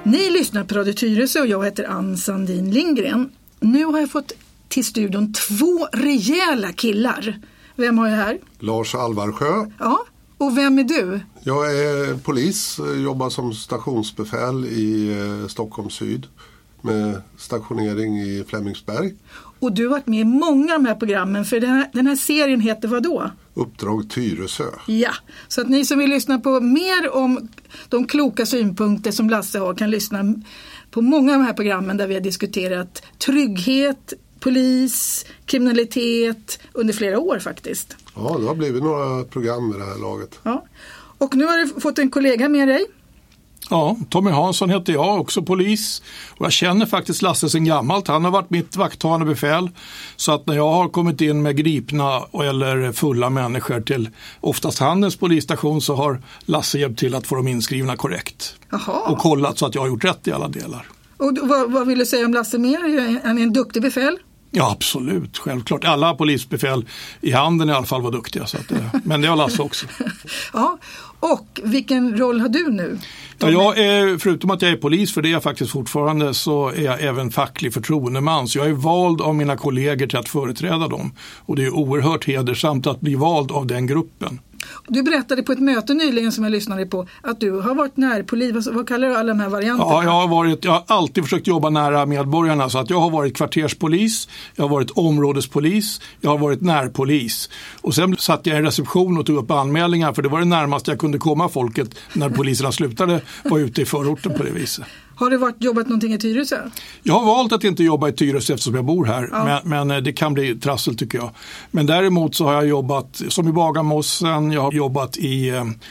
Ni lyssnar på Radio Tyresö och jag heter Ann Sandin Lindgren. Nu har jag fått till studion 2 rejäla killar. Vem har jag här? Lars Alvarsjö. Ja, och vem är du? Jag är polis, jobbar som stationsbefäl i Stockholm Syd med stationering i Flemingsberg. Och du har varit med i många av de här programmen, för den här serien heter vad då? Uppdrag Tyresö. Ja, så att ni som vill lyssna på mer om de kloka synpunkter som Lasse har kan lyssna på många av de här programmen där vi har diskuterat trygghet, polis, kriminalitet under flera år faktiskt. Ja, det har blivit några program med det här laget. Ja. Och nu har du fått en kollega med dig. Ja, Tommy Hansson heter jag, också polis. Och jag känner faktiskt Lasse sen gammalt. Han har varit mitt vakthavande befäl. Så att när jag har kommit in med gripna eller fulla människor till oftast Handens polisstation så har Lasse hjälpt till att få dem inskrivna korrekt. Aha. Och kollat så att jag har gjort rätt i alla delar. Och vad vill du säga om Lasse mer? Han är en duktig befäl? Ja, absolut. Självklart. Alla polisbefäl i Handen i alla fall var duktiga. Så att, men det har Lasse också. Ja, och vilken roll har du nu? Ja, jag är, förutom att jag är polis, för det är jag faktiskt fortfarande, så är jag även facklig förtroendeman. Så jag är vald av mina kollegor till att företräda dem. Och det är oerhört hedersamt att bli vald av den gruppen. Du berättade på ett möte nyligen som jag lyssnade på att du har varit närpolis. Vad kallar du alla de här varianterna? Ja, jag har alltid försökt jobba nära medborgarna, så att jag har varit kvarterspolis, jag har varit områdespolis, jag har varit närpolis. Och sen satt jag i reception och tog upp anmälningar, för det var det närmaste jag kunde komma folket när poliserna slutade vara ute i förorten på det viset. Har du jobbat någonting i Tyresö? Jag har valt att inte jobba i Tyresö eftersom jag bor här. Ja. Men det kan bli trassel tycker jag. Men däremot så har jag jobbat som i Bagarmossen, jag har jobbat i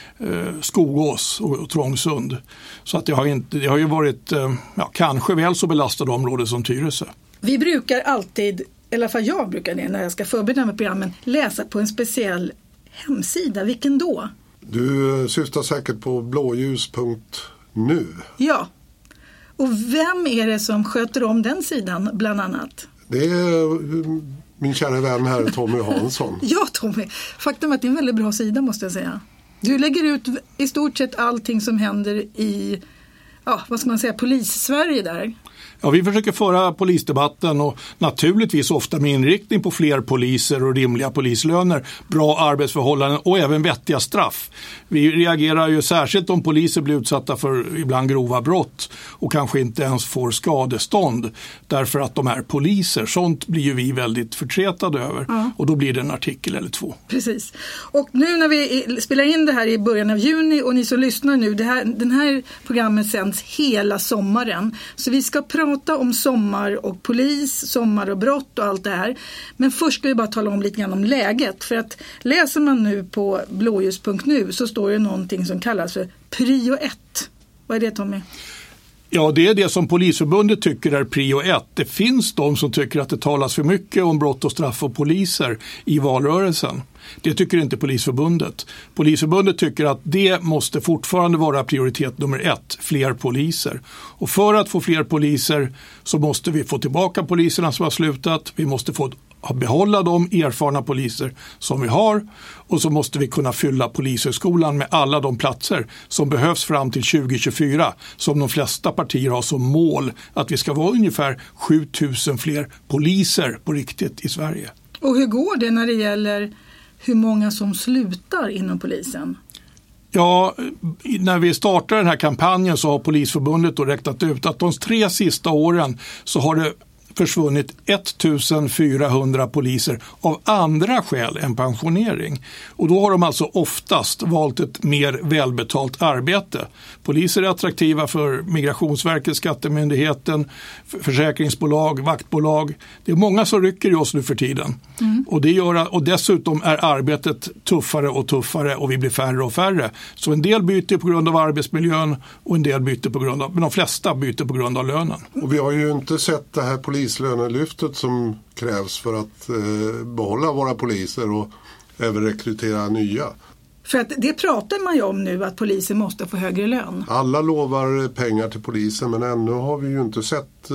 Skogås och Trångsund. Så att jag har ju varit kanske väl så belastade områden som Tyresö. Vi brukar alltid, i alla fall jag brukar det när jag ska förbereda mig programmen, läsa på en speciell hemsida. Vilken då? Du syftar säkert på blåljus.nu. Ja. Och vem är det som sköter om den sidan bland annat? Det är min kära vän här Tommy Hansson. Ja, Tommy. Faktum är att det är en väldigt bra sida måste jag säga. Du lägger ut i stort sett allting som händer i, polis-Sverige där. Ja, vi försöker föra polisdebatten och naturligtvis ofta med inriktning på fler poliser och rimliga polislöner, bra arbetsförhållanden och även vettiga straff. Vi reagerar ju särskilt om poliser blir utsatta för ibland grova brott och kanske inte ens får skadestånd därför att de är poliser. Sånt blir ju vi väldigt förtretade över och då blir det en artikel eller 2. Precis. Och nu när vi spelar in det här i början av juni och ni som lyssnar nu, den här programmet sänds hela sommaren. Så vi ska prata om sommar och polis, sommar och brott och allt det här. Men först ska vi bara tala om lite grann om läget. För att läser man nu på blåljus.nu så står det någonting som kallas för prio 1. Vad är det, Tommy? Ja, det är det som Polisförbundet tycker är prio 1. Det finns de som tycker att det talas för mycket om brott och straff och poliser i valrörelsen. Det tycker inte Polisförbundet. Polisförbundet tycker att det måste fortfarande vara prioritet nummer 1, fler poliser. Och för att få fler poliser så måste vi få tillbaka poliserna som har slutat. Vi måste få behålla de erfarna poliser som vi har och så måste vi kunna fylla polishögskolan med alla de platser som behövs fram till 2024 som de flesta partier har som mål att vi ska vara ungefär 7000 fler poliser på riktigt i Sverige. Och hur går det när det gäller hur många som slutar inom polisen? Ja, när vi startar den här kampanjen så har Polisförbundet då räknat ut att de 3 sista åren så har det försvunnit 1400 poliser av andra skäl än pensionering. Och då har de alltså oftast valt ett mer välbetalt arbete. Poliser är attraktiva för Migrationsverket, Skattemyndigheten, försäkringsbolag, vaktbolag. Det är många som rycker i oss nu för tiden. Och dessutom är arbetet tuffare och tuffare och vi blir färre och färre. Så en del byter på grund av arbetsmiljön och en del byter på grund av, men de flesta byter på grund av lönen. Och vi har ju inte sett det här polislönelyftet som krävs för att behålla våra poliser och även rekrytera nya. För att det pratar man ju om nu, att polisen måste få högre lön. Alla lovar pengar till polisen, men ännu har vi ju inte sett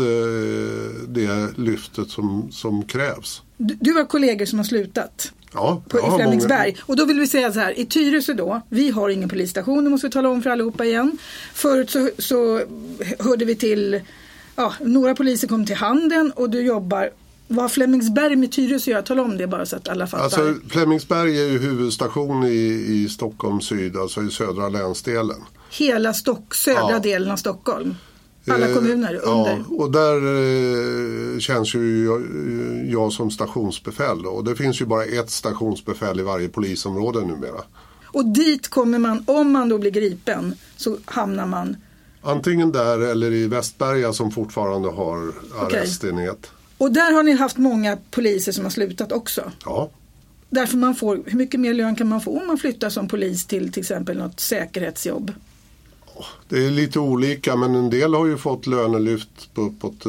det lyftet som krävs. Du har kollegor som har slutat. Ja, I Flemingsberg. Och då vill vi säga så här, i Tyresö då, vi har ingen polisstation, det måste vi tala om för allihopa igen. Förut så hörde vi till, några poliser kom till Handen och du jobbar. Vad Flemingsberg med Tyresö gör, tala om det bara så att alla fattar. Alltså Flemingsberg är ju huvudstation i Stockholm syd, alltså i södra länsdelen. Hela södra delen av Stockholm. Alla kommuner under. Ja, och där känns ju jag som stationsbefäl. Och det finns ju bara ett stationsbefäl i varje polisområde numera. Och dit kommer man, om man då blir gripen, så hamnar man... Antingen där eller i Västberga som fortfarande har arrestenhet. Och där har ni haft många poliser som har slutat också? Ja. Därför hur mycket mer lön kan man få om man flyttar som polis till exempel något säkerhetsjobb? Det är lite olika, men en del har ju fått lönelyft på uppåt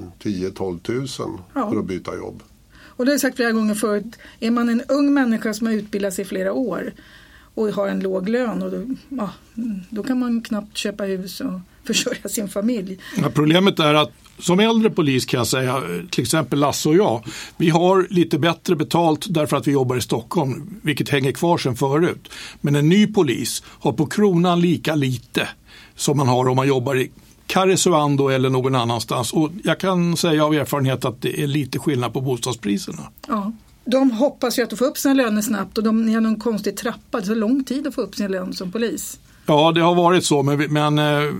10-12 000 för att byta jobb. Och det har jag sagt flera gånger förut, är man en ung människa som har utbildat sig i flera år och har en låg lön, och då kan man knappt köpa hus och försörja sin familj. Ja, problemet är att som äldre polis kan jag säga, till exempel Lasse och jag, vi har lite bättre betalt därför att vi jobbar i Stockholm, vilket hänger kvar sedan förut. Men en ny polis har på kronan lika lite som man har om man jobbar i Karesuando eller någon annanstans. Och jag kan säga av erfarenhet att det är lite skillnad på bostadspriserna. Ja. De hoppas ju att de får upp sina löner snabbt, och de har någon konstig trappa. Det tar lång tid att få upp sin lön som polis. Ja, det har varit så, men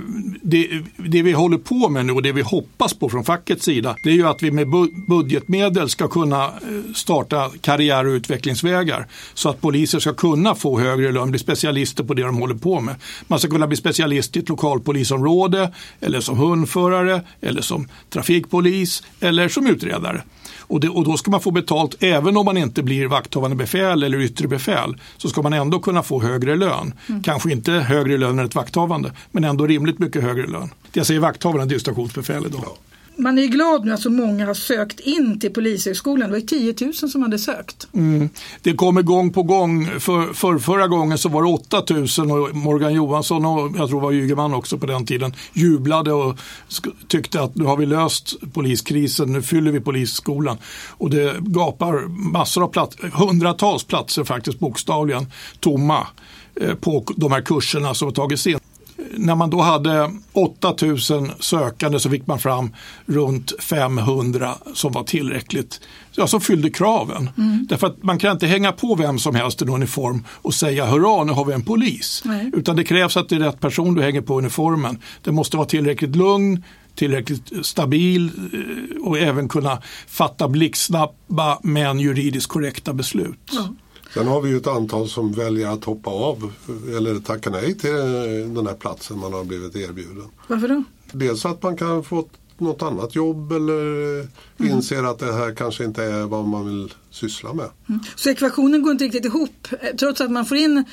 det vi håller på med nu och det vi hoppas på från fackets sida, det är ju att vi med budgetmedel ska kunna starta karriär- och utvecklingsvägar så att poliser ska kunna få högre lön, bli specialister på det de håller på med. Man ska kunna bli specialist i ett lokalpolisområde, eller som hundförare, eller som trafikpolis, eller som utredare. Och då ska man få betalt även om man inte blir vakthavande befäl eller yttre befäl, så ska man ändå kunna få högre lön. Kanske inte högre lön än ett vakthavande, men ändå rimligt mycket högre lön. Det jag säger vakthavande, det är stationsbefäl idag. Man är ju glad nu att så många har sökt in till polishögskolan. Det var 10 000 som hade sökt. Det kommer gång på gång. Förra gången så var det 8 000 och Morgan Johansson och jag tror var Ygeman också på den tiden jublade och tyckte att nu har vi löst poliskrisen, nu fyller vi polisskolan. Och det gapar massor av hundratals platser faktiskt bokstavligen tomma på de här kurserna som har tagits in. När man då hade 8 000 sökande så fick man fram runt 500 som var tillräckligt, som fyllde kraven. Därför att man kan inte hänga på vem som helst i en uniform och säga hurra, nu har vi en polis. Nej. Utan det krävs att det är rätt person du hänger på uniformen. Det måste vara tillräckligt lugn, tillräckligt stabil och även kunna fatta blixtsnabba men juridiskt korrekta beslut. Ja. Sen har vi ju ett antal som väljer att hoppa av eller tacka nej till den här platsen man har blivit erbjuden. Varför då? Dels att man kan få något annat jobb eller inser att det här kanske inte är vad man vill syssla med. Så ekvationen går inte riktigt ihop. Trots att man får in,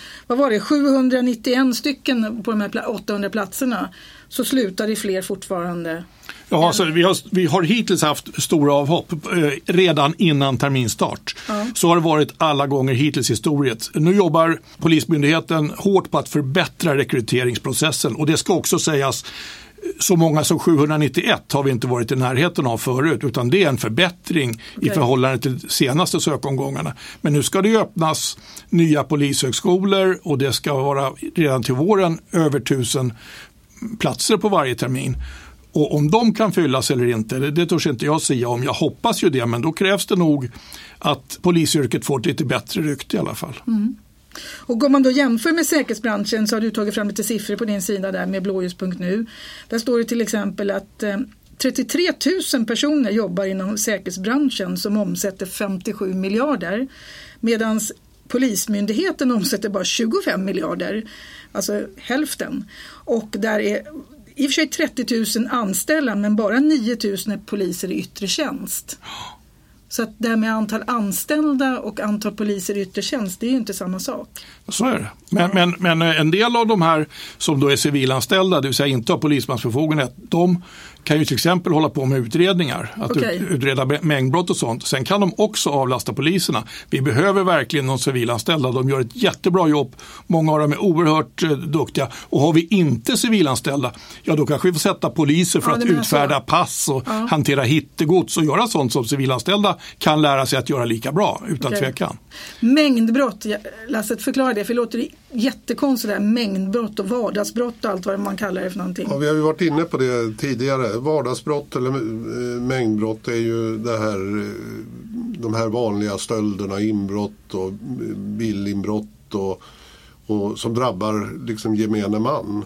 791 stycken på de här 800 platserna, så slutar det fler fortfarande. Ja, alltså, vi har hittills haft stora avhopp redan innan terminstart. Ja. Så har det varit alla gånger hittills i historiet. Nu jobbar Polismyndigheten hårt på att förbättra rekryteringsprocessen, och det ska också sägas, så många som 791 har vi inte varit i närheten av förut, utan det är en förbättring i förhållande till senaste sökomgångarna. Men nu ska det öppnas nya polishögskolor och det ska vara redan till våren över 1000 platser på varje termin. Och om de kan fyllas eller inte, det törs inte jag säga om. Jag hoppas ju det, men då krävs det nog att polisyrket får ett lite bättre rykte i alla fall. Och om man då jämför med säkerhetsbranschen, så har du tagit fram lite siffror på din sida där med blåljus.nu. Där står det till exempel att 33 000 personer jobbar inom säkerhetsbranschen som omsätter 57 miljarder. Medan Polismyndigheten omsätter bara 25 miljarder, alltså hälften. Och där är i och för sig 30 000 anställda, men bara 9 000 är poliser i yttre tjänst. Så att det här med antal anställda och antal poliser i yttre tjänst, det är ju inte samma sak. Så är det. Men en del av de här som då är civilanställda, det vill säga inte har polismansbefogenhet, de kan ju till exempel hålla på med utredningar, att utreda mängdbrott och sånt. Sen kan de också avlasta poliserna. Vi behöver verkligen de civilanställda. De gör ett jättebra jobb. Många av dem är oerhört duktiga. Och har vi inte civilanställda, ja då kanske vi får sätta poliser för att utfärda pass och hantera hittegods och göra sånt som civilanställda kan lära sig att göra lika bra, utan tvekan. Mängdbrott, Lasse, förklara det, för det låter jättekonstigt där, mängdbrott och vardagsbrott och allt vad man kallar det för någonting. Ja, vi har ju varit inne på det tidigare. Vardagsbrott eller mängdbrott är ju de här vanliga stölderna, inbrott och bilinbrott och som drabbar liksom gemene man.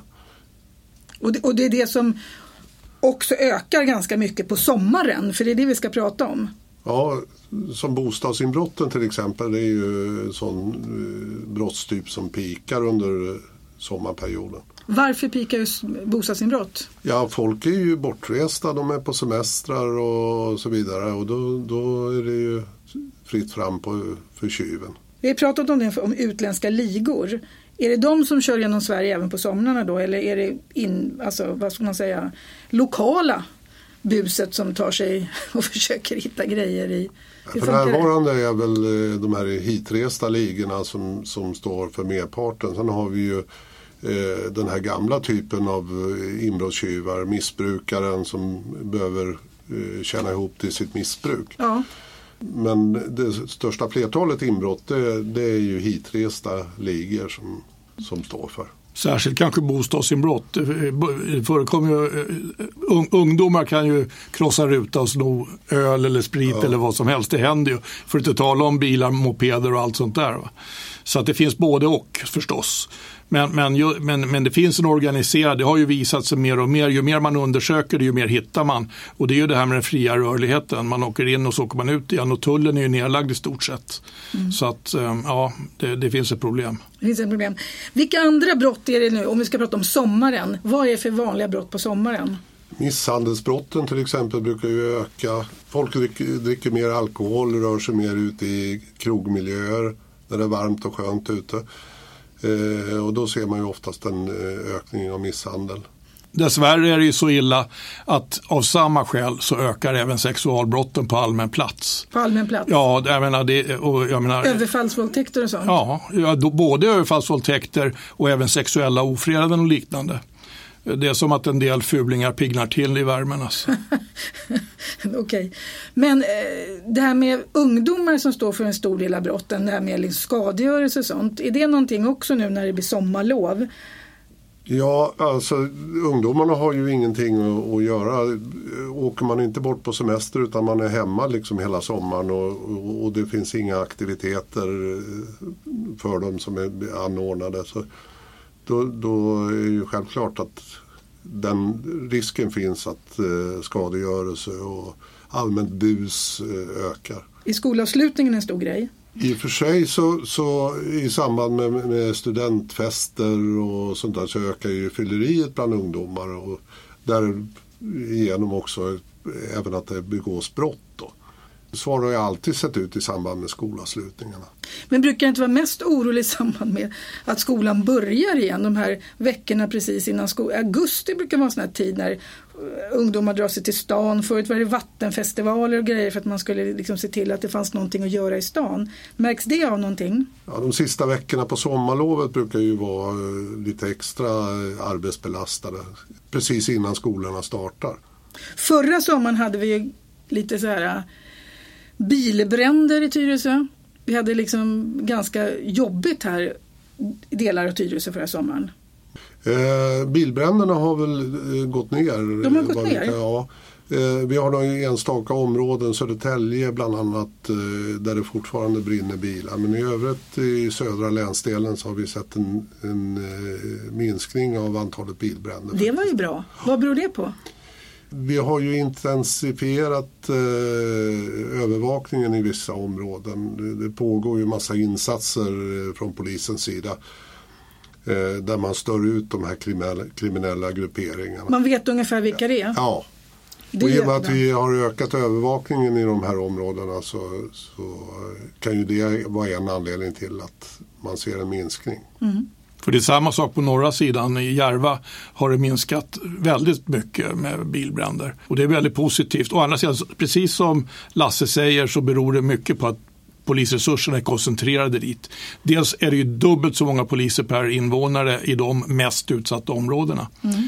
Och det är det som också ökar ganska mycket på sommaren, för det är det vi ska prata om. Ja, som bostadsinbrotten till exempel, det är ju en sån brottstyp som pikar under sommarperioden. Varför pikar just bostadsinbrott? Ja, folk är ju bortresta, de är på semestrar och så vidare, och då är det ju fritt fram för tjuven. Vi har pratat om utländska ligor. Är det de som kör genom Sverige även på somrarna då, eller är det vad ska man säga, lokala buset som tar sig och försöker hitta grejer i? För närvarande är väl de här hitresta ligorna som står för merparten. Sen har vi ju den här gamla typen av inbrottstjuvar, missbrukaren som behöver tjäna ihop till sitt missbruk. Ja. Men det största flertalet inbrott det är ju hitresta ligor som står för. Särskilt kanske bostadsinbrott. Det förekommer ju, ungdomar kan ju krossa ruta och sno öl eller sprit eller vad som helst. Det händer ju. För att inte tala om bilar, mopeder och allt sånt där. Va? Så att det finns både och förstås. Men det finns en organiserad, det har ju visat sig mer och mer. Ju mer man undersöker det, ju mer hittar man. Och det är ju det här med den fria rörligheten. Man åker in och så åker man ut igen, och tullen är ju nedlagd i stort sett. Så att det finns ett problem. Det finns ett problem. Vilka andra brott är det nu, om vi ska prata om sommaren? Vad är det för vanliga brott på sommaren? Misshandelsbrotten till exempel brukar ju öka. Folk dricker mer alkohol, rör sig mer ut i krogmiljöer när det är varmt och skönt ute. Och då ser man ju oftast en ökning av misshandel. Dessvärre är det ju så illa att av samma skäl så ökar även sexualbrotten på allmän plats. På allmän plats? Ja, jag menar överfallsvåldtäkter och sånt? Ja, både överfallsvåldtäkter och även sexuella ofredanden och liknande. Det är som att en del fublingar pignar till i värmen. Alltså. Okej. Men det här med ungdomar som står för en stor del av brotten, det här med skadegörelse och sånt, är det någonting också nu när det blir sommarlov? Ja, alltså ungdomarna har ju ingenting att göra. Åker man inte bort på semester utan man är hemma liksom hela sommaren och det finns inga aktiviteter för dem som är anordnade, så då är ju självklart att den risken finns att skadegörelse och allmänt bus ökar. Är skolavslutningen en stor grej? I och för sig så i samband med studentfester och sånt där så ökar ju fylleriet bland ungdomar, och därigenom också även att det begås brott då. Så har det alltid sett ut i samband med skolavslutningarna. Men brukar det inte vara mest orolig i samband med att skolan börjar igen? De här veckorna precis innan skolan. Augusti brukar vara en sån här tid när ungdomar drar sig till stan. Förut var det vattenfestivaler och grejer för att man skulle liksom se till att det fanns någonting att göra i stan. Märks det av någonting? Ja, de sista veckorna på sommarlovet brukar ju vara lite extra arbetsbelastade. Precis innan skolorna startar. Förra sommaren hade vi ju lite så här bilbränder i Tyresö. Vi hade liksom ganska jobbigt här i delar av Tyresö förra sommaren. Bilbränderna har väl gått ner. De har gått ner? Ja. Vi har några enstaka områden, Södertälje bland annat, där det fortfarande brinner bilar. Men i övrigt i södra länsdelen så har vi sett en minskning av antalet bilbränder. Det var ju bra. Vad beror det på? Vi har ju intensifierat övervakningen i vissa områden. Det pågår ju massa insatser från polisens sida där man stör ut de här kriminella grupperingarna. Man vet ungefär vilka det är? Ja. Och i och med att vi har ökat övervakningen i de här områdena så kan ju det vara en anledning till att man ser en minskning. Mm. För det är samma sak på norra sidan. I Järva har det minskat väldigt mycket med bilbränder. Och det är väldigt positivt. Å andra sidan, precis som Lasse säger, så beror det mycket på att polisresurserna är koncentrerade dit. Dels är det ju dubbelt så många poliser per invånare i de mest utsatta områdena.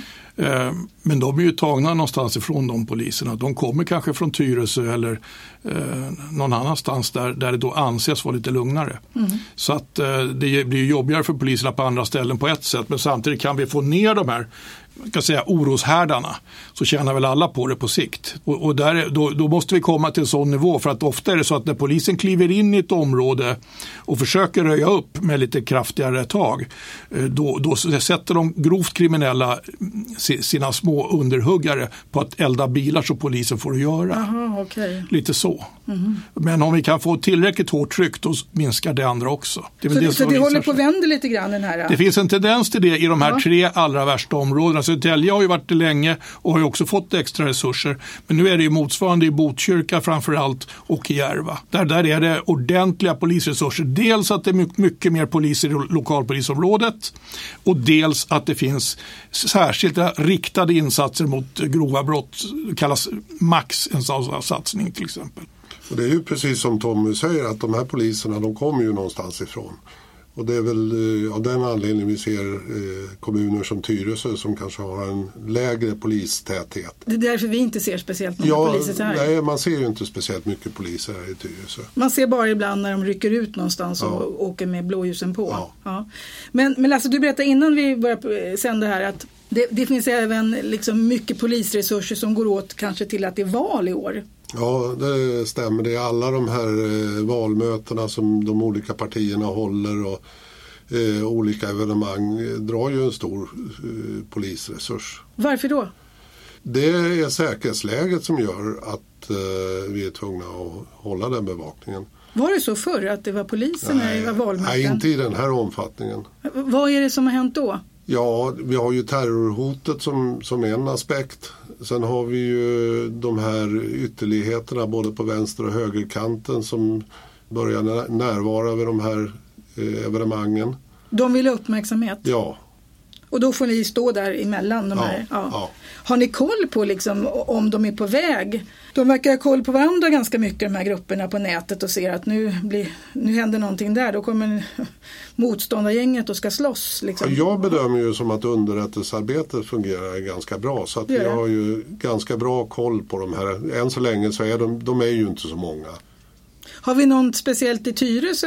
Men de är ju tagna någonstans ifrån de poliserna. De kommer kanske från Tyresö eller någon annanstans där det då anses vara lite lugnare. Så att det blir jobbigare för poliserna på andra ställen på ett sätt. Men samtidigt kan vi få ner de här oroshärdarna, så tjänar väl alla på det på sikt. Och då måste vi komma till en sån nivå, för att ofta är det så att när polisen kliver in i ett område och försöker röja upp med lite kraftigare tag, då sätter de grovt kriminella sina små underhuggare på att elda bilar så polisen får göra. Aha, okay. Lite så. Men om vi kan få tillräckligt hårt tryck, då minskar det andra också. Så det håller på att vända lite grann den här? Det finns en tendens till det i de här 3 allra värsta områdena. Södertälje har ju varit det länge och har ju också fått extra resurser. Men nu är det ju motsvarande i Botkyrka framförallt och i Järva. Där är det ordentliga polisresurser. Dels att det är mycket mer poliser i lokalpolisområdet, och dels att det finns särskilt riktade insatser mot grova brott. Det kallas Max, en sån satsning till exempel. Och det är ju precis som Tommy säger, att de här poliserna, de kommer ju någonstans ifrån. Och det är väl av den anledningen vi ser kommuner som Tyresö som kanske har en lägre polistäthet. Det är därför vi inte ser speciellt många poliser här. Nej, man ser ju inte speciellt mycket poliser här i Tyresö. Man ser bara ibland när de rycker ut någonstans och åker med blåljusen på. Ja. Men alltså, du berättade innan vi började sända här att det finns även liksom mycket polisresurser som går åt kanske till att det är val i år. Ja, det stämmer. Det är alla de här valmötena som de olika partierna håller och olika evenemang drar ju en stor polisresurs. Varför då? Det är säkerhetsläget som gör att vi är tvungna att hålla den bevakningen. Var det så förr att det var poliserna i valmöten? Nej, inte i den här omfattningen. Vad är det som har hänt då? Ja, vi har ju terrorhotet som en aspekt. Sen har vi ju de här ytterligheterna både på vänster- och högerkanten som börjar närvara vid de här evenemangen. De vill ha uppmärksamhet? Ja. Och då får ni stå där emellan de här? Ja. Har ni koll på liksom, om de är på väg? De verkar ha koll på varandra ganska mycket, de här grupperna på nätet, och ser att nu händer någonting där. Då kommer motståndargänget och ska slåss. Liksom. Ja, jag bedömer ju som att underrättelsearbetet fungerar ganska bra. Så att vi har ju ganska bra koll på de här. Än så länge så är de är ju inte så många. Har vi något speciellt i Tyresö?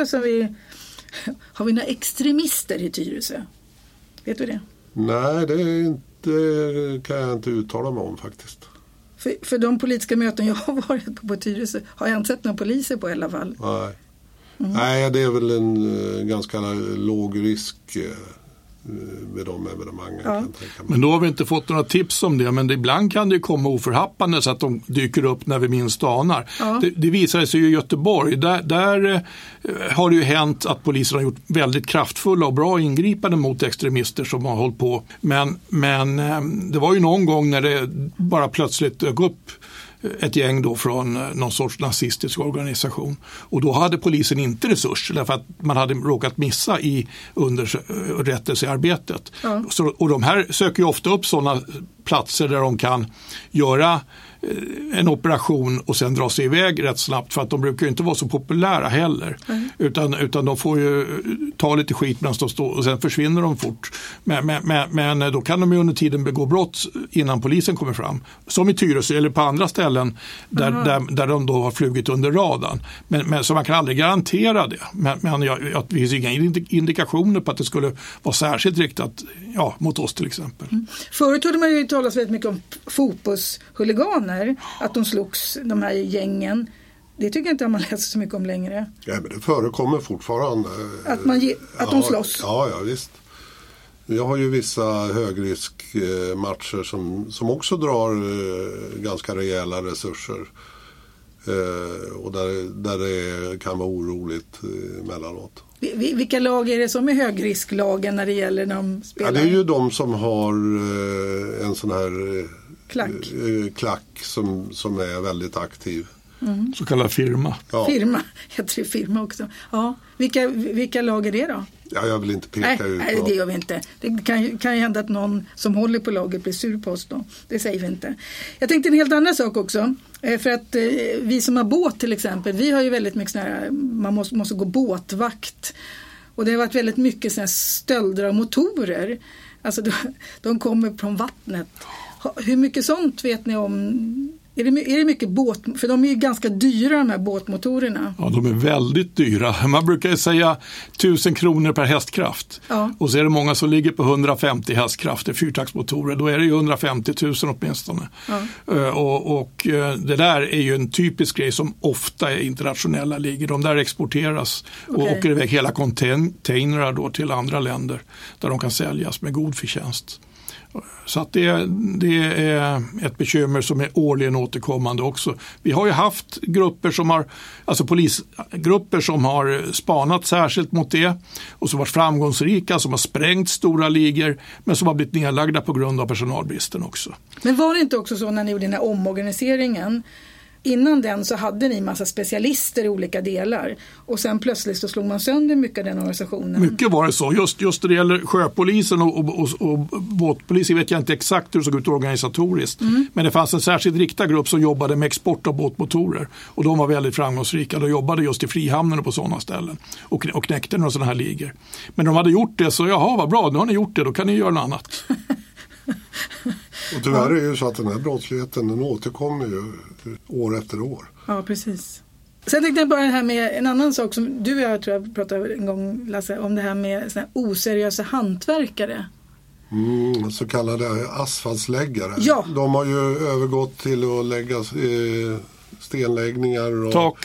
Har vi några extremister i Tyresö? Vet du det? Nej, det kan jag inte uttala mig om faktiskt. För de politiska möten jag har varit på Tyresö har jag inte sett några poliser på i alla fall. Nej. Nej, det är väl en ganska låg risk med de evenemangen. Ja. Men då har vi inte fått några tips om det, men ibland kan det komma oförhappande så att de dyker upp när vi minst anar. Ja. Det visar sig ju i Göteborg. Där har det ju hänt att polisen har gjort väldigt kraftfulla och bra ingripanden mot extremister som har hållit på. Men det var ju någon gång när det bara plötsligt dök upp ett gäng då från någon sorts nazistisk organisation. Och då hade polisen inte resurser därför att man hade råkat missa i underrättelsearbetet. Ja. Och de här söker ju ofta upp sådana platser där de kan göra en operation och sen dra sig iväg rätt snabbt, för att de brukar ju inte vara så populära heller. Utan de får ju ta lite skit medan de står och sen försvinner de fort. Men då kan de ju under tiden begå brott innan polisen kommer fram. Som i Tyresö eller på andra ställen där de då har flugit under radarn. Men så man kan aldrig garantera det. Men det finns inga indikationer på att det skulle vara särskilt riktat mot oss till exempel. Förut hörde man ju talas väldigt mycket om fotbollshuliganer, att de slogs, de här gängen. Det tycker jag inte att man läser så mycket om längre. Ja, men det förekommer fortfarande. Att de slåss? Ja, visst. Vi har ju vissa högriskmatcher som också drar ganska rejäla resurser. Och där det kan vara oroligt emellanåt. Vilka lag är det som är högrisklagen när det gäller när de spelar? Ja, det är ju de som har en sån här klack som är väldigt aktiv. Så kallad firma. Ja. Firma, heter det firma också. Ja. Vilka lag är det då? Ja, jag vill inte peka ut. Nej, det gör vi inte. Det kan ju hända att någon som håller på laget blir sur på oss då. Det säger vi inte. Jag tänkte en helt annan sak också. För att vi som har båt till exempel, vi har ju väldigt mycket sån här, man måste gå båtvakt. Och det har varit väldigt mycket såna här stölder av motorer. Alltså de kommer från vattnet. Hur mycket sånt vet ni om? Är det mycket båt? För de är ju ganska dyra, de här båtmotorerna. Ja, de är väldigt dyra. Man brukar ju säga 1000 kronor per hästkraft. Ja. Och så är det många som ligger på 150 hästkrafter, fyrtaktsmotorer. Då är det ju 150 000 åtminstone. Ja. Och det där är ju en typisk grej som ofta är internationella ligor. De där exporteras och åker iväg hela containrar då till andra länder där de kan säljas med god förtjänst. Så att det är ett bekymmer som är årligen återkommande också. Vi har ju haft grupper som har, alltså polisgrupper som har spanat särskilt mot det och som varit framgångsrika, som har sprängt stora ligor men som har blivit nedlagda på grund av personalbristen också. Men var det inte också så när ni gjorde den här omorganiseringen? Innan den så hade ni massa specialister i olika delar och sen plötsligt så slog man sönder mycket av den organisationen. Mycket var det så. Just när det gäller sjöpolisen och båtpolisen vet jag inte exakt hur det såg ut organisatoriskt. Men det fanns en särskild riktad grupp som jobbade med export av båtmotorer och de var väldigt framgångsrika. De jobbade just i frihamnen och på sådana ställen och knäckte några sådana här ligor. Men de hade gjort det så jaha vad bra, nu har ni gjort det, då kan ni göra något annat. Och tyvärr är det ju så att den här brottsligheten den återkommer ju år efter år. Ja, precis. Sen tänkte jag bara det här med en annan sak som du och jag tror jag pratade en gång, Lasse, om det här med såna här oseriösa hantverkare. Så kallade asfaltsläggare. Ja. De har ju övergått till att lägga stenläggningar och tak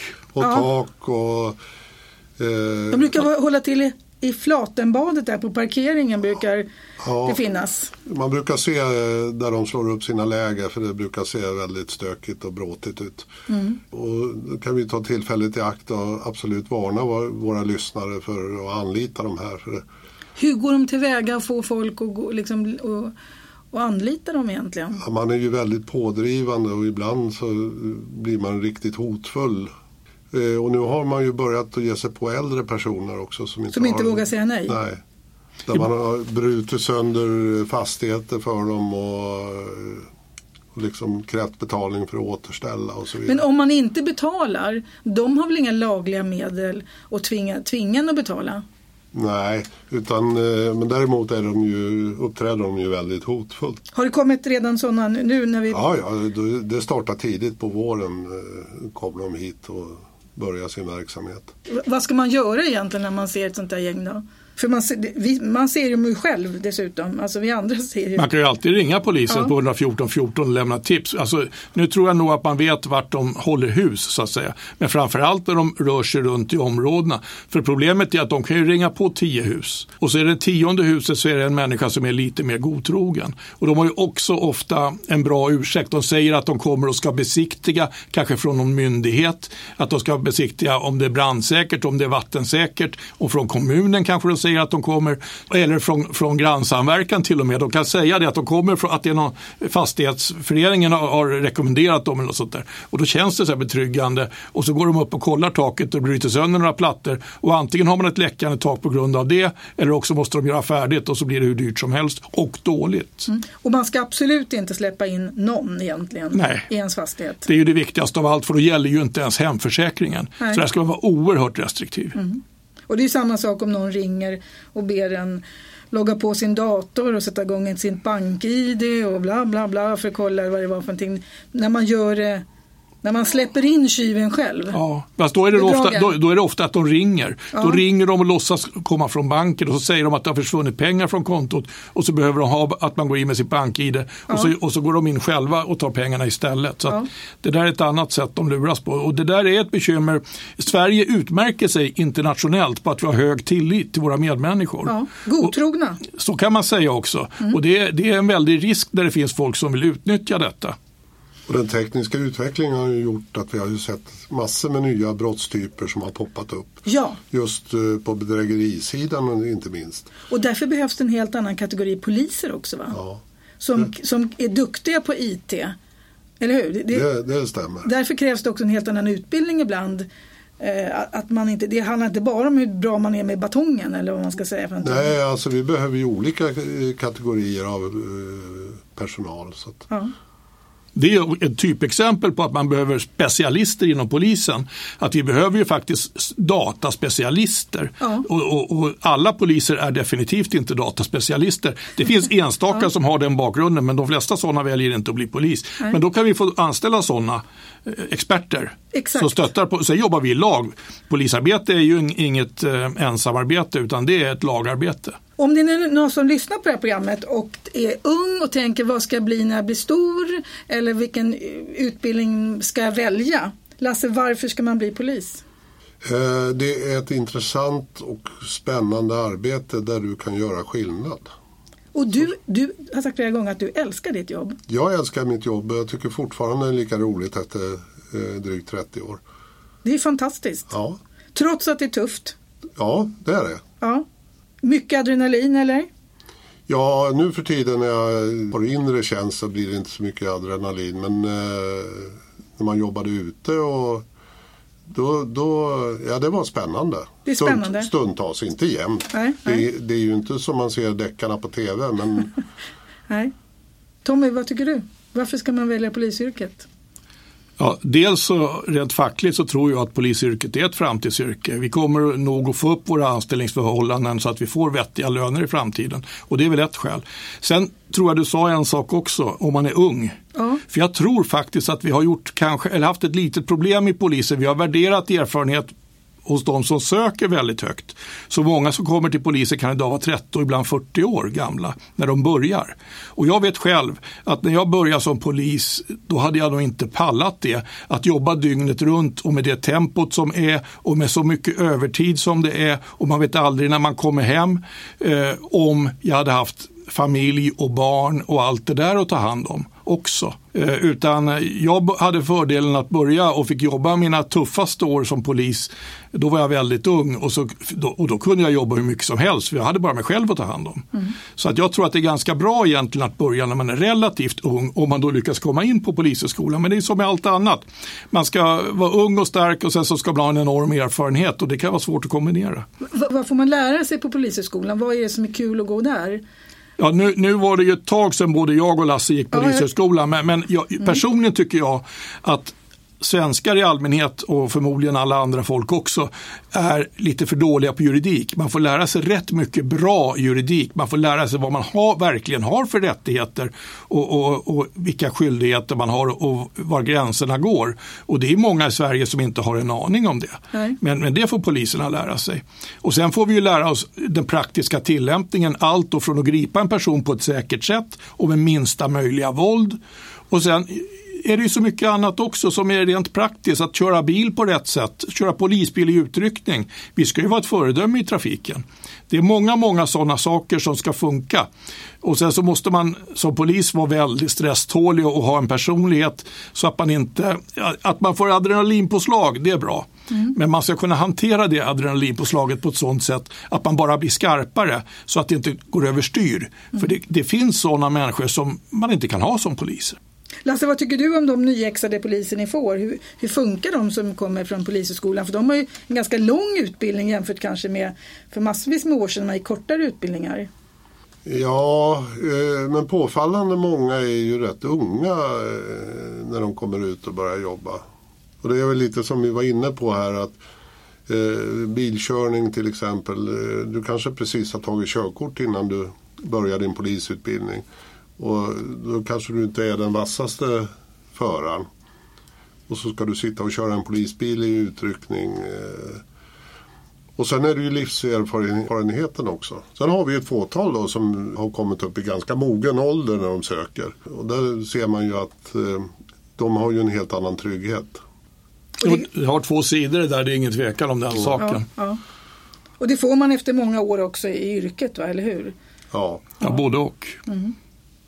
och de brukar hålla till i Flatenbadet där på parkeringen brukar det finnas. Man brukar se där de slår upp sina läger för det brukar se väldigt stökigt och bråtigt ut. Och då kan vi ta tillfället i akt och absolut varna våra lyssnare för att anlita de här. Hur går de tillväga att få folk att gå, liksom, och anlita dem egentligen? Ja, man är ju väldigt pådrivande och ibland så blir man riktigt hotfull. Och nu har man ju börjat att ge sig på äldre personer också. Som inte vågar säga nej? Nej. Där man har brutit sönder fastigheter för dem och liksom krävt betalning för att återställa och så vidare. Men om man inte betalar, de har väl inga lagliga medel att tvinga att betala? Nej, men däremot uppträder de ju väldigt hotfullt. Har det kommit redan sådana nu när vi... Ja, det startar tidigt på våren kom de hit och börjar sin verksamhet. Vad ska man göra egentligen när man ser ett sånt där gäng då? För man ser dem ju själv dessutom. Alltså vi andra ser ju. Man kan ju alltid ringa polisen på 114 14 och lämna tips. Alltså, nu tror jag nog att man vet vart de håller hus så att säga. Men framförallt när de rör sig runt i områdena. För problemet är att de kan ju ringa på 10 hus. Och så är det 10:e huset så är det en människa som är lite mer godtrogen. Och de har ju också ofta en bra ursäkt. De säger att de kommer och ska besiktiga, kanske från någon myndighet. Att de ska besiktiga om det är brandsäkert, om det är vattensäkert. Och från kommunen kanske de säger att de kommer, eller från grannsamverkan till och med. De kan säga det att de kommer från att det är någon fastighetsföreningen har rekommenderat dem eller något sånt där. Och då känns det så här betryggande. Och så går de upp och kollar taket och bryter sönder några plattor. Och antingen har man ett läckande tak på grund av det eller också måste de göra färdigt och så blir det hur dyrt som helst och dåligt. Och man ska absolut inte släppa in någon egentligen i ens fastighet. Det är ju det viktigaste av allt för då gäller ju inte ens hemförsäkringen. Nej. Så där ska man vara oerhört restriktiv. Och det är samma sak om någon ringer och ber en logga på sin dator och sätta igång sin bank-ID och bla bla bla för att kolla vad det var för någonting. När man gör det, när man släpper in tjyven själv. Ja, fast då är det ofta att de ringer. Ja. Då ringer de och låtsas komma från banken och så säger de att det har försvunnit pengar från kontot och så behöver de ha att man går in med sitt bank-ID och så går de in själva och tar pengarna istället. Så att det där är ett annat sätt de luras på och det där är ett bekymmer. Sverige utmärker sig internationellt på att vi har hög tillit till våra medmänniskor. Ja, godtrogna. Och så kan man säga också. Och det är en väldig risk där det finns folk som vill utnyttja detta. Och den tekniska utvecklingen har ju gjort att vi har ju sett massor med nya brottstyper som har poppat upp. Ja. Just på bedrägerisidan inte minst. Och därför behövs det en helt annan kategori poliser också va? Ja. Som är duktiga på IT. Eller hur? Det stämmer. Därför krävs det också en helt annan utbildning ibland. Att man inte, det handlar inte bara om hur bra man är med batongen eller vad man ska säga. Nej, alltså vi behöver ju olika kategorier av personal. Så att. Ja. Det är ett typexempel på att man behöver specialister inom polisen. Att vi behöver ju faktiskt dataspecialister. Ja. Och alla poliser är definitivt inte dataspecialister. Det finns enstaka som har den bakgrunden, men de flesta sådana väljer inte att bli polis. Nej. Men då kan vi få anställa sådana experter. Exakt. Som stöttar på. Sen jobbar vi i lag. Polisarbete är ju inget ensamarbete, utan det är ett lagarbete. Om det är någon som lyssnar på det här programmet och är ung och tänker vad ska jag bli när jag blir stor eller vilken utbildning ska jag välja? Lasse, varför ska man bli polis? Det är ett intressant och spännande arbete där du kan göra skillnad. Och du har sagt flera gånger att du älskar ditt jobb. Jag älskar mitt jobb och jag tycker fortfarande det är lika roligt efter drygt 30 år. Det är fantastiskt. Ja. Trots att det är tufft. Ja, det är det. Ja. Mycket adrenalin, eller? Ja, nu för tiden när jag har inre tjänst så blir det inte så mycket adrenalin. Men när man jobbade ute och det var spännande. Det är spännande. Stundtals, inte jämt. Nej. Det är ju inte som man ser deckarna på tv. Men... Nej. Tommy, vad tycker du? Varför ska man välja polisyrket? Ja, dels så rent fackligt så tror jag att polisyrket är ett framtidsyrke. Vi kommer nog att få upp våra anställningsförhållanden så att vi får vettiga löner i framtiden. Och det är väl ett skäl. Sen tror jag du sa en sak också, om man är ung. Ja. För jag tror faktiskt att vi har haft ett litet problem i polisen. Vi har värderat erfarenhet hos de som söker väldigt högt. Så många som kommer till polisen kan idag vara 30 och ibland 40 år gamla när de börjar. Och jag vet själv att när jag började som polis, då hade jag nog inte pallat det. Att jobba dygnet runt och med det tempot som är och med så mycket övertid som det är. Och man vet aldrig när man kommer hem om jag hade haft familj och barn och allt det där att ta hand om också. Utan jag hade fördelen att börja och fick jobba mina tuffaste år som polis. Då var jag väldigt ung och då kunde jag jobba hur mycket som helst för jag hade bara mig själv att ta hand om. Mm. Så att jag tror att det är ganska bra egentligen att börja när man är relativt ung om man då lyckas komma in på polishögskolan. Men det är som med allt annat. Man ska vara ung och stark och sen så ska man ha en enorm erfarenhet och det kan vara svårt att kombinera. Vad får man lära sig på polishögskolan? Vad är det som är kul att gå där? Ja, nu var det ju ett tag sedan både jag och Lasse gick på polishögskolan, men personligen tycker jag att svenskar i allmänhet och förmodligen alla andra folk också är lite för dåliga på juridik. Man får lära sig rätt mycket bra juridik. Man får lära sig vad man verkligen har för rättigheter och vilka skyldigheter man har och var gränserna går. Och det är många i Sverige som inte har en aning om det. Men det får poliserna lära sig. Och sen får vi ju lära oss den praktiska tillämpningen. Allt då från att gripa en person på ett säkert sätt och med minsta möjliga våld. Och sen är det ju så mycket annat också som är rent praktiskt. Att köra bil på rätt sätt, köra polisbil i utryckning. Vi ska ju vara ett föredöme i trafiken. Det är många sådana saker som ska funka. Och sen så måste man som polis vara väldigt stresstålig och ha en personlighet så att man får adrenalinpåslag, det är bra. Mm. Men man ska kunna hantera det adrenalinpåslaget på ett sådant sätt att man bara blir skarpare så att det inte går överstyr. För det finns sådana människor som man inte kan ha som poliser. Lasse, vad tycker du om de nyexade poliser ni får? Hur funkar de som kommer från polishögskolan? För de har ju en ganska lång utbildning jämfört kanske med för massvis med år sedan med kortare utbildningar. Ja, men påfallande många är ju rätt unga när de kommer ut och börjar jobba. Och det är väl lite som vi var inne på här att bilkörning till exempel. Du kanske precis har tagit körkort innan du börjar din polisutbildning. Och då kanske du inte är den vassaste föraren. Och så ska du sitta och köra en polisbil i utryckning. Och sen är det ju livserfarenheten också. Sen har vi ett fåtal då som har kommit upp i ganska mogen ålder när de söker. Och där ser man ju att de har ju en helt annan trygghet. Det har två sidor där, det är ingen tvekan om den saken. Ja. Och det får man efter många år också i yrket, va? Eller hur? Ja. Ja, både och. Mm.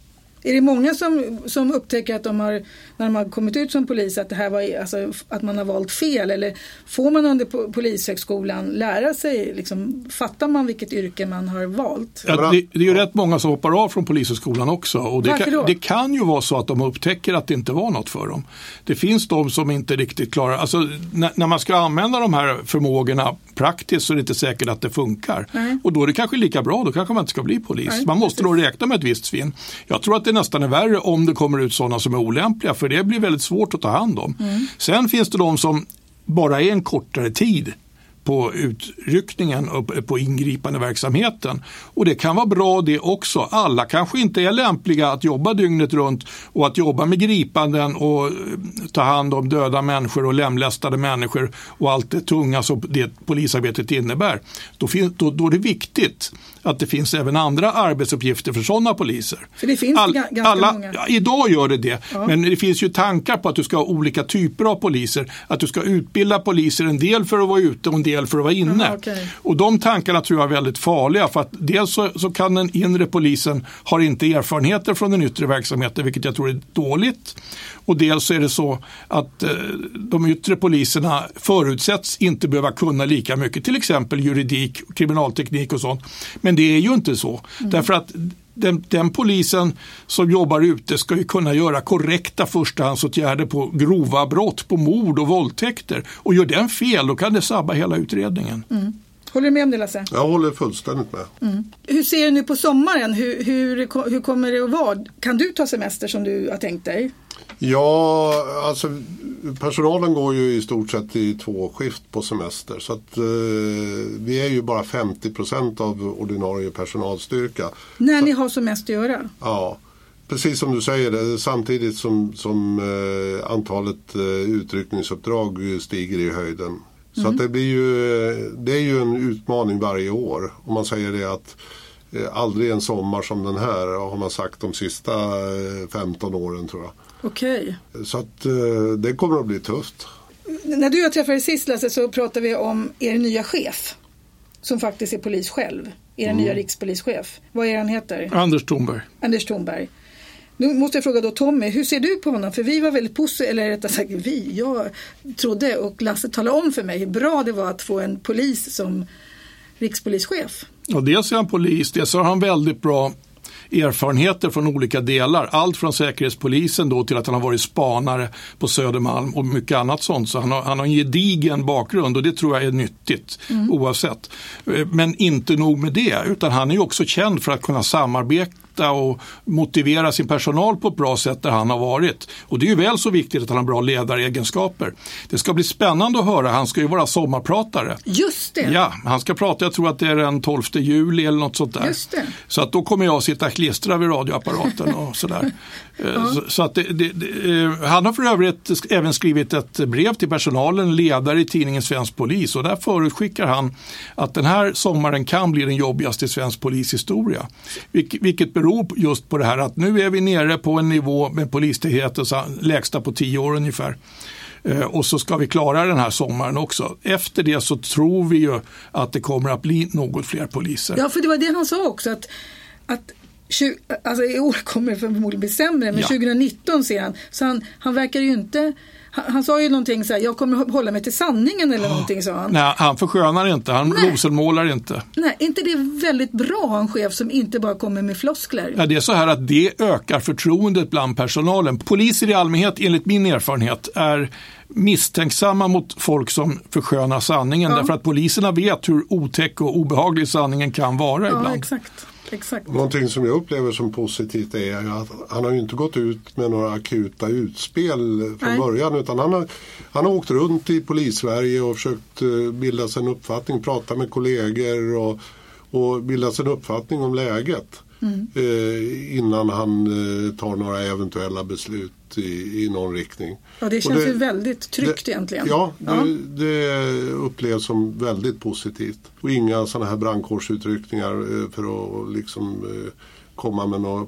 Är det många som upptäcker att de har, när de har kommit ut som polis, att det här var, alltså, att man har valt fel? Eller får man under polishögskolan lära sig, liksom, fattar man vilket yrke man har valt? Ja, det är ju rätt många som hoppar av från polishögskolan också. Och det kan ju vara så att de upptäcker att det inte var något för dem. Det finns de som inte riktigt klarar, alltså när man ska använda de här förmågorna praktiskt så är det inte säkert att det funkar. Nej. Och då är det kanske lika bra, då kanske man inte ska bli polis. Nej, man måste då räkna med ett visst svinn. Jag tror att det nästan är värre om det kommer ut sådana som är olämpliga, för det blir väldigt svårt att ta hand om. Sen finns det de som bara är en kortare tid på utryckningen och på ingripande verksamheten. Och det kan vara bra det också. Alla kanske inte är lämpliga att jobba dygnet runt och att jobba med gripanden och ta hand om döda människor och lemlästade människor och allt det tunga som det polisarbetet innebär. Då är det viktigt att det finns även andra arbetsuppgifter för sådana poliser. För det finns ganska många. Ja, idag gör det. Ja. Men det finns ju tankar på att du ska ha olika typer av poliser. Att du ska utbilda poliser, en del för att vara ute och en del för att vara inne. Aha, okay. Och de tankarna tror jag är väldigt farliga, för att dels så kan den inre polisen ha inte erfarenheter från den yttre verksamheten, vilket jag tror är dåligt. Och dels är det så att de yttre poliserna förutsätts inte behöva kunna lika mycket, till exempel juridik, kriminalteknik och sånt. Men det är ju inte så. Därför att den polisen som jobbar ute ska ju kunna göra korrekta förstahandsåtgärder på grova brott, på mord och våldtäkter. Och gör den fel, då kan det sabba hela utredningen. Håller du med om det, Lasse? Jag håller fullständigt med. Hur ser du nu på sommaren? Hur kommer det att vara? Kan du ta semester som du har tänkt dig? Ja, alltså personalen går ju i stort sett i 2 skift på semester. Så att vi är ju bara 50% av ordinarie personalstyrka. När ni har som mest att göra? Ja, precis som du säger, samtidigt som antalet utryckningsuppdrag stiger i höjden. Så att det är ju en utmaning varje år. Om man säger det att aldrig en sommar som den här har man sagt de sista 15 åren, tror jag. Okej. Så att det kommer att bli tufft. När du och jag träffade sist, Lasse, så pratade vi om er nya chef, som faktiskt är polis själv. Er nya rikspolischef. Vad är han heter? Anders Thornberg. Nu måste jag fråga då Tommy, hur ser du på honom? För vi var väldigt positiva, eller rättare sagt jag trodde, och Lasse talade om för mig hur bra det var att få en polis som rikspolischef. Ja, dels är han polis, dels har han väldigt bra erfarenheter från olika delar. Allt från säkerhetspolisen då till att han har varit spanare på Södermalm och mycket annat sånt. Så han har en gedigen bakgrund, och det tror jag är nyttigt oavsett. Men inte nog med det, utan han är ju också känd för att kunna samarbeta och motivera sin personal på ett bra sätt där han har varit. Och det är ju väl så viktigt att han har bra ledaregenskaper. Det ska bli spännande att höra. Han ska ju vara sommarpratare. Just det. Ja, han ska prata, jag tror att det är den 12 juli eller något sånt där. Just det. Så att då kommer jag sitta klistra vid radioapparaten och sådär. Så att han har för övrigt även skrivit ett brev till personalen, ledare i tidningen Svensk Polis, och där förutskickar han att den här sommaren kan bli den jobbigaste i svensk polishistoria. Vilket beror just på det här att nu är vi nere på en nivå med polistätheten lägsta på 10 år ungefär. Och så ska vi klara den här sommaren också. Efter det så tror vi ju att det kommer att bli något fler poliser. Ja, för det var det han sa också, att alltså i år kommer det förmodligen bli sämre, men 2019 ser han. Så han verkar ju inte... Han sa ju någonting så här, jag kommer hålla mig till sanningen eller någonting, sa han. Nej, han förskönar inte, han rosenmålar inte. Nej, inte det är väldigt bra att ha en chef som inte bara kommer med floskler? Ja, det är så här att det ökar förtroendet bland personalen. Poliser i allmänhet, enligt min erfarenhet, är misstänksamma mot folk som förskönar sanningen. Därför att poliserna vet hur otäck och obehaglig sanningen kan vara ibland. Exakt. Någonting som jag upplever som positivt är att han har ju inte gått ut med några akuta utspel från början, utan han har åkt runt i Polissverige och försökt bilda sig en uppfattning, prata med kollegor och bilda sig en uppfattning om läget innan han tar några eventuella beslut i någon riktning. Ja, det känns ju väldigt tryggt egentligen. Ja, det upplevs som väldigt positivt. Och inga sådana här brandkårsutryckningar för att liksom komma med några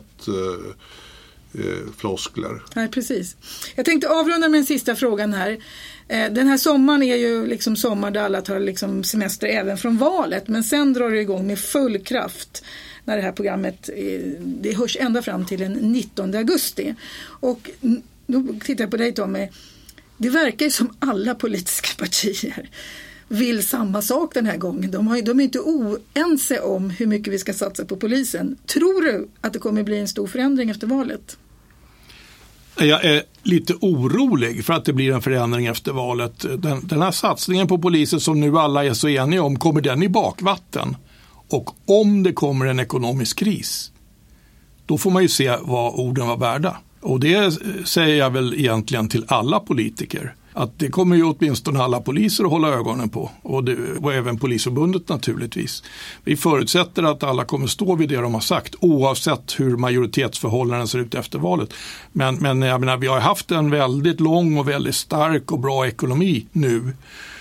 plakatfloskler. Nej, precis. Jag tänkte avrunda med den sista frågan här. Den här sommaren är ju liksom sommar där alla tar liksom semester även från valet, men sen drar det igång med full kraft när det här programmet, det hörs ända fram till den 19 augusti. Och då tittar jag på dig, Tommy. Det verkar ju som alla politiska partier vill samma sak den här gången. De är inte oense om hur mycket vi ska satsa på polisen. Tror du att det kommer bli en stor förändring efter valet? Jag är lite orolig för att det blir en förändring efter valet. Den här satsningen på polisen som nu alla är så eniga om, kommer den i bakvatten? Och om det kommer en ekonomisk kris, då får man ju se vad orden var värda. Och det säger jag väl egentligen till alla politiker. Att det kommer ju åtminstone alla poliser att hålla ögonen på. Och även Polisförbundet naturligtvis. Vi förutsätter att alla kommer stå vid det de har sagt, oavsett hur majoritetsförhållanden ser ut efter valet. Men jag menar, vi har haft en väldigt lång och väldigt stark och bra ekonomi nu.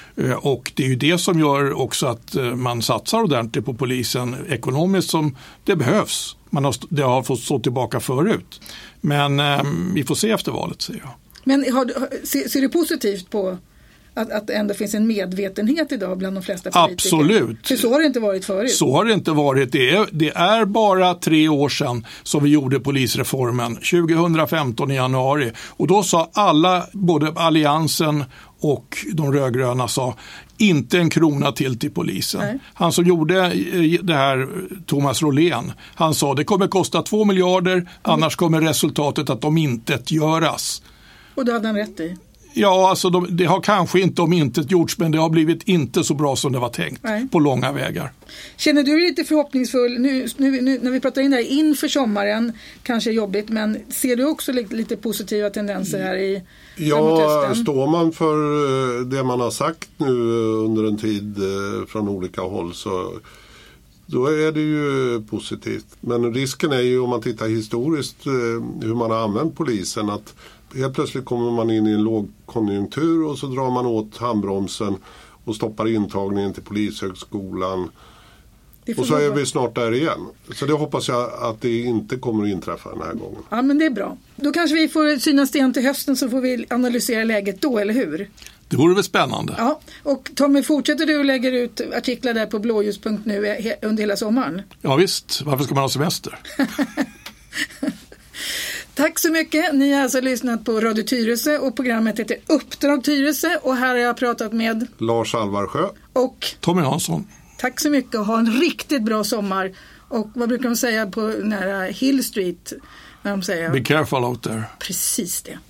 Och det är ju det som gör också att man satsar ordentligt på polisen ekonomiskt som det behövs. Det har fått stå tillbaka förut. Men vi får se efter valet, säger jag. Men ser du positivt på att det ändå finns en medvetenhet idag bland de flesta politiker? Absolut. För så har det inte varit förut. Så har det inte varit. Det är bara 3 år sedan som vi gjorde polisreformen, 2015 i januari. Och då sa alla, både alliansen och de rödgröna, sa inte en krona till polisen. Nej. Han som gjorde det här, Thomas Rolén, han sa det kommer kosta 2 miljarder, annars kommer resultatet att de inte göras. Och då hade han rätt i? Ja, alltså det har kanske inte gjorts, men det har blivit inte så bra som det var tänkt. Nej. På långa vägar. Känner du dig lite förhoppningsfull nu när vi pratar in där inför sommaren, kanske jobbigt, men ser du också lite positiva tendenser här i Ja, står man för det man har sagt nu under en tid från olika håll, så då är det ju positivt. Men risken är ju, om man tittar historiskt hur man har använt polisen, att helt plötsligt kommer man in i en lågkonjunktur och så drar man åt handbromsen och stoppar intagningen till polishögskolan. Och så är vi snart där igen. Så det hoppas jag att det inte kommer att inträffa den här gången. Ja, men det är bra. Då kanske vi får synas igen till hösten, så får vi analysera läget då, eller hur? Det vore väl spännande. Ja, och Tommy, fortsätter du och lägger ut artiklar där på blåljus.nu under hela sommaren? Ja visst, varför ska man ha semester? Tack så mycket. Ni har alltså lyssnat på Radio Tyresö och programmet heter Uppdrag Tyresö, och här har jag pratat med Lars Alvarsjö och Tommy Hansson. Tack så mycket och ha en riktigt bra sommar. Och vad brukar de säga på nära Hill Street när de säger? Be careful out there. Precis det.